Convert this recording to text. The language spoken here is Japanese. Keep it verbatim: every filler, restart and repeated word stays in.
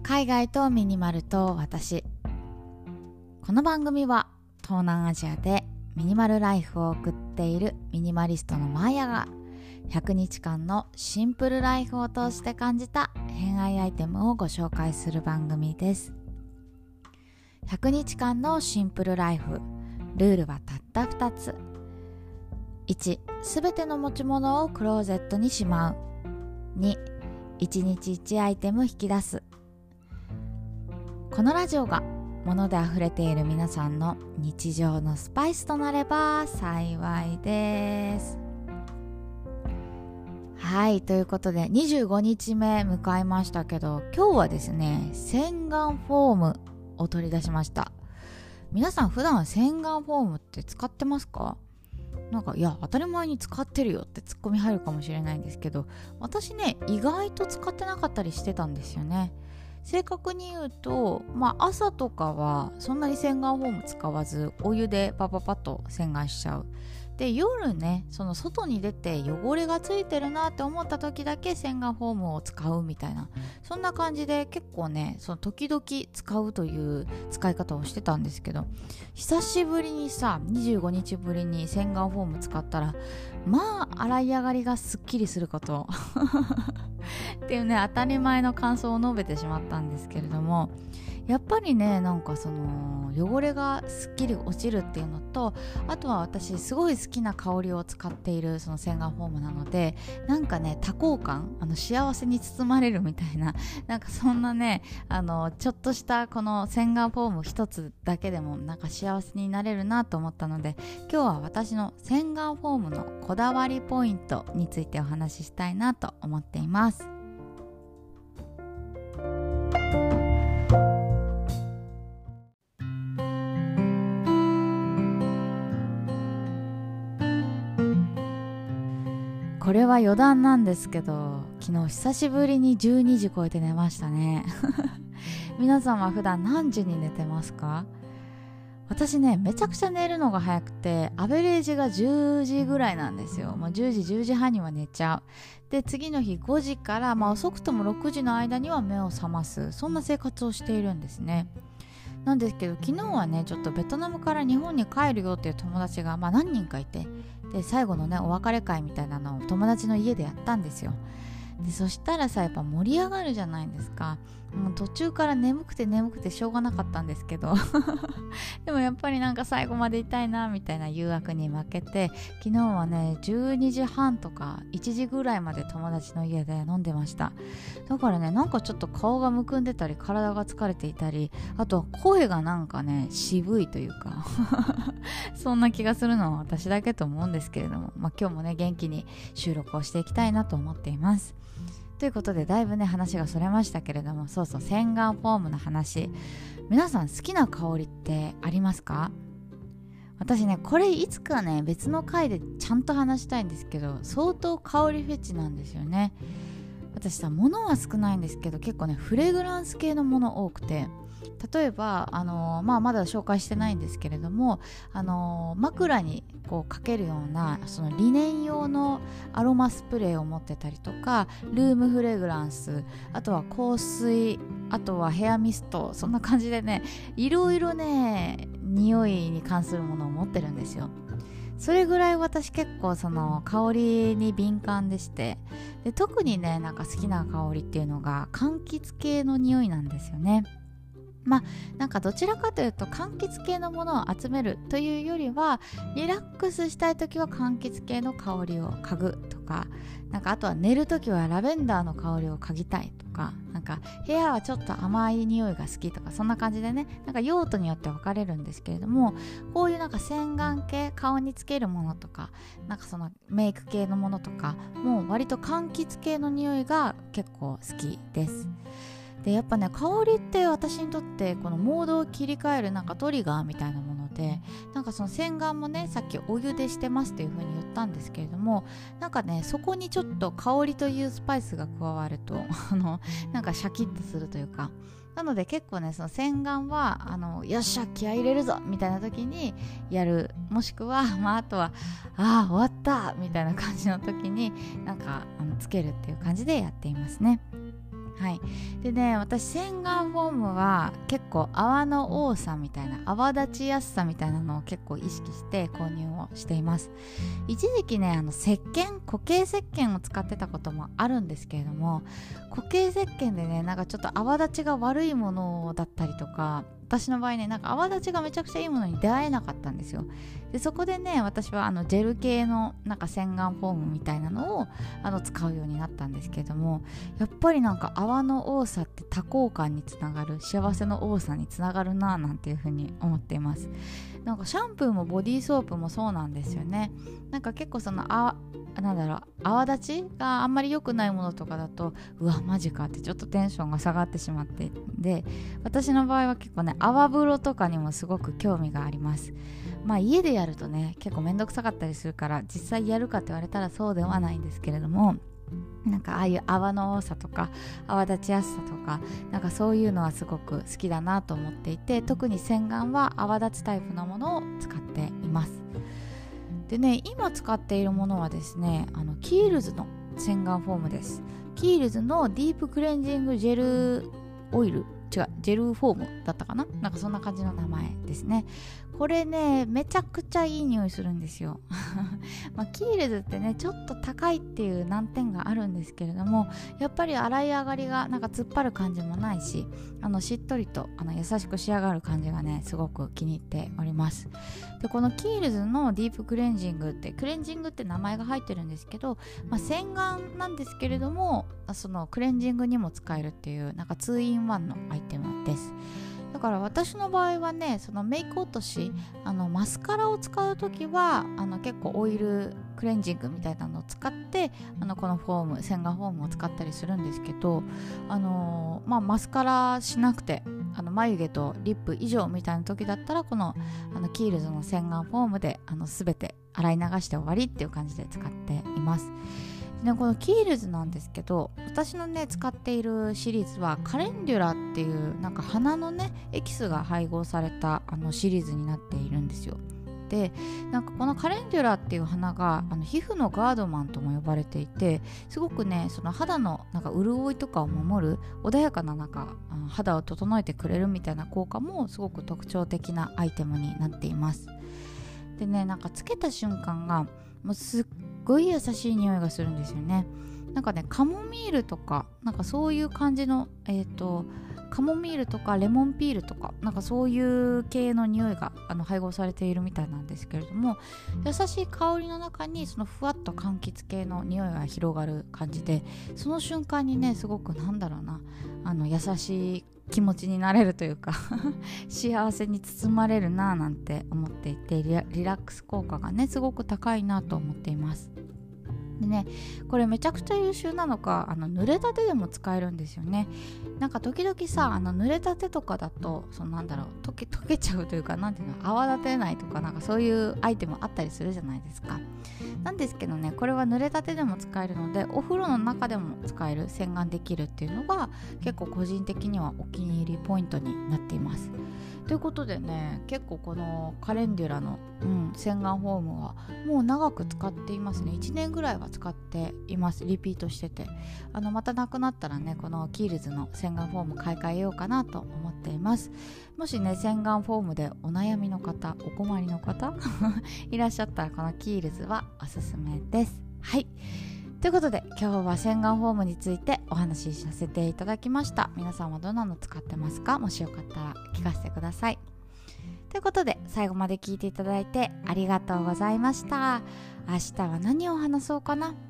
海外とミニマルと私。この番組は東南アジアでミニマルライフを送っているミニマリストのマーヤがひゃくにちかんのシンプルライフを通して感じた偏愛アイテムをご紹介する番組です。ひゃくにちかんのシンプルライフ、ルールはたったふたつ。いち、すべての持ち物をクローゼットにしまう。に、いちにちいちアイテム引き出す。このラジオが物であふれている皆さんの日常のスパイスとなれば幸いです。はい、ということでにじゅうごにちめ迎えましたけど、今日はですね、洗顔フォームを取り出しました。皆さん普段洗顔フォームって使ってますか？なんかいや当たり前に使ってるよってツッコミ入るかもしれないんですけど、私ね意外と使ってなかったりしてたんですよね。正確に言うと、まあ、朝とかはそんなに洗顔フォーム使わずお湯でパパパッと洗顔しちゃう。で夜ね、その外に出て汚れがついてるなって思った時だけ洗顔フォームを使うみたいな、そんな感じで結構ね、その時々使うという使い方をしてたんですけど、久しぶりにさにじゅうごにちぶりに洗顔フォーム使ったら、まあ洗い上がりがすっきりすることっていうね、当たり前の感想を述べてしまったんですけれども、やっぱりね、なんかその汚れがすっきり落ちるっていうのと、あとは私すごい好きな香りを使っているその洗顔フォームなので、なんかね多幸感、あの幸せに包まれるみたいな、なんかそんなね、あのちょっとしたこの洗顔フォーム一つだけでもなんか幸せになれるなと思ったので、今日は私の洗顔フォームのこだわりポイントについてお話ししたいなと思っています。これは余談なんですけど、昨日久しぶりにじゅうにじ超えて寝ましたね皆さんは普段何時に寝てますか？私ね、めちゃくちゃ寝るのが早くて、アベレージがじゅうじぐらいなんですよ。もうじゅうじ、じゅうじはんには寝ちゃう。で、次の日ごじから、まあ遅くともろくじの間には目を覚ます。そんな生活をしているんですね。なんですけど、昨日はね、ちょっとベトナムから日本に帰るよっていう友達が、まあ、何人かいて、で最後のねお別れ会みたいなのを友達の家でやったんですよ。でそしたらさ、やっぱ盛り上がるじゃないですか。もう途中から眠くて眠くてしょうがなかったんですけどでもやっぱりなんか最後までいたいなみたいな誘惑に負けて、昨日はねじゅうにじはんとかいちじぐらいまで友達の家で飲んでました。だからね、なんかちょっと顔がむくんでたり体が疲れていたり、あとは声がなんかね渋いというかそんな気がするのは私だけと思うんですけれども、まあ、今日もね元気に収録をしていきたいなと思っています。ということで、だいぶね話がそれましたけれども、そうそう、洗顔フォームの話。皆さん好きな香りってありますか？私ね、これいつかね別の回でちゃんと話したいんですけど、相当香りフェチなんですよね。私さ、物は少ないんですけど、結構ねフレグランス系のもの多くて、例えばあのーまあ、まだ紹介してないんですけれども、あのー、枕にこうかけるようなそのリネン用のアロマスプレーを持ってたりとか、ルームフレグランス、あとは香水、あとはヘアミスト、そんな感じでね、いろいろね匂いに関するものを持ってるんですよ。それぐらい私結構その香りに敏感でして、で特にねなんか好きな香りっていうのが柑橘系の匂いなんですよね。まあなんかどちらかというと柑橘系のものを集めるというよりは、リラックスしたいときは柑橘系の香りを嗅ぐとか、なんかあとは寝るときはラベンダーの香りを嗅ぎたいとか、なんか部屋はちょっと甘い匂いが好きとか、そんな感じでね、なんか用途によって分かれるんですけれども、こういうなんか洗顔系、顔につけるものとか、なんかそのメイク系のものとかもう割と柑橘系の匂いが結構好きです。でやっぱね、香りって私にとってこのモードを切り替えるなんかトリガーみたいなもので、なんかその洗顔もねさっきお湯でしてますっていう風に言ったんですけれども、なんかねそこにちょっと香りというスパイスが加わるとあのなんかシャキッとするというか、なので結構ねその洗顔はあのよっしゃ気合い入れるぞみたいな時にやる、もしくは、まあ、あとはああ終わったみたいな感じの時になんかあのつけるっていう感じでやっていますね。 はい、でね、私洗顔フォームは結構泡の多さみたいな、泡立ちやすさみたいなのを結構意識して購入をしています。一時期ね、あの石鹸固形石鹸を使ってたこともあるんですけれども、固形石鹸でね、なんかちょっと泡立ちが悪いものだったりとか、私の場合ね、なんか泡立ちがめちゃくちゃいいものに出会えなかったんですよ。でそこでね、私はあのジェル系のなんか洗顔フォームみたいなのをあの使うようになったんですけれども、やっぱりなんか泡の多さって多幸感につながる、幸せの多さにつながるなぁなんていうふうに思っています。なんかシャンプーもボディーソープもそうなんですよね。なんか結構そのあなんだろう泡立ちがあんまり良くないものとかだと、うわマジかってちょっとテンションが下がってしまって、で私の場合は結構ね、泡風呂とかにもすごく興味があります。まあ家でやるとね結構めんどくさかったりするから、実際やるかって言われたらそうではないんですけれども、なんかああいう泡の多さとか泡立ちやすさとか、なんかそういうのはすごく好きだなと思っていて、特に洗顔は泡立つタイプのものを使っています。でね、今使っているものはですね、あのキールズの洗顔フォームです。キールズのディープクレンジングジェルオイル、違うジェルフォームだったかな、なんかそんな感じの名前ですね。これねめちゃくちゃいい匂いするんですよまあキールズってねちょっと高いっていう難点があるんですけれども、やっぱり洗い上がりがなんか突っ張る感じもないし、あのしっとりとあの優しく仕上がる感じがねすごく気に入っております。でこのキールズのディープクレンジングって、クレンジングって名前が入ってるんですけど、まあ、洗顔なんですけれどもそのクレンジングにも使えるっていうなんかツーインワンのアイテムです。だから私の場合はね、そのメイク落とし、あのマスカラを使うときはあの結構オイルクレンジングみたいなのを使ってあのこのフォーム、洗顔フォームを使ったりするんですけど、あのーまあ、マスカラしなくてあの眉毛とリップ以上みたいな時だったら、このあのキールズの洗顔フォームであの全て洗い流して終わりっていう感じで使っています。でこのキールズなんですけど、私のね使っているシリーズはカレンデュラっていうなんか花のねエキスが配合されたあのシリーズになっているんですよ。でなんかこのカレンデュラっていう花があの皮膚のガードマンとも呼ばれていて、すごくねその肌のなんか潤いとかを守る穏やかななんか肌を整えてくれるみたいな効果もすごく特徴的なアイテムになっています。でね、なんかつけた瞬間がもうすっごい優しい匂いがするんですよね。なんかねカモミールとかなんかそういう感じのえっとカモミールとかレモンピールとかなんかそういう系の匂いがあの配合されているみたいなんですけれども、優しい香りの中にそのふわっと柑橘系の匂いが広がる感じで、その瞬間にねすごくなんだろうな、あの優しい気持ちになれるというか幸せに包まれるなぁなんて思っていて、リラ、リラックス効果がねすごく高いなと思っています。でね、これめちゃくちゃ優秀なのか、あの濡れたてでも使えるんですよね。なんか時々さ、あの濡れたてとかだとそのなんだろう溶け、溶けちゃうというか、なんていうの、泡立てないとかなんかそういうアイテムあったりするじゃないですか。なんですけどね、これは濡れたてでも使えるので、お風呂の中でも使える、洗顔できるっていうのが結構個人的にはお気に入りポイントになっています。ということでね、結構このカレンデュラの、うん、洗顔フォームはもう長く使っていますね。いちねんぐらいは使っています。リピートしてて、あのまたなくなったらね、このキールズの洗顔フォーム買い替えようかなと思っています。もしね洗顔フォームでお悩みの方、お困りの方いらっしゃったら、このキールズはおすすめです。はい、ということで今日は洗顔フォームについてお話しさせていただきました。皆さんはどんなの使ってますか？もしよかったら聞かせてください。ということで最後まで聞いていただいてありがとうございました。明日は何を話そうかな。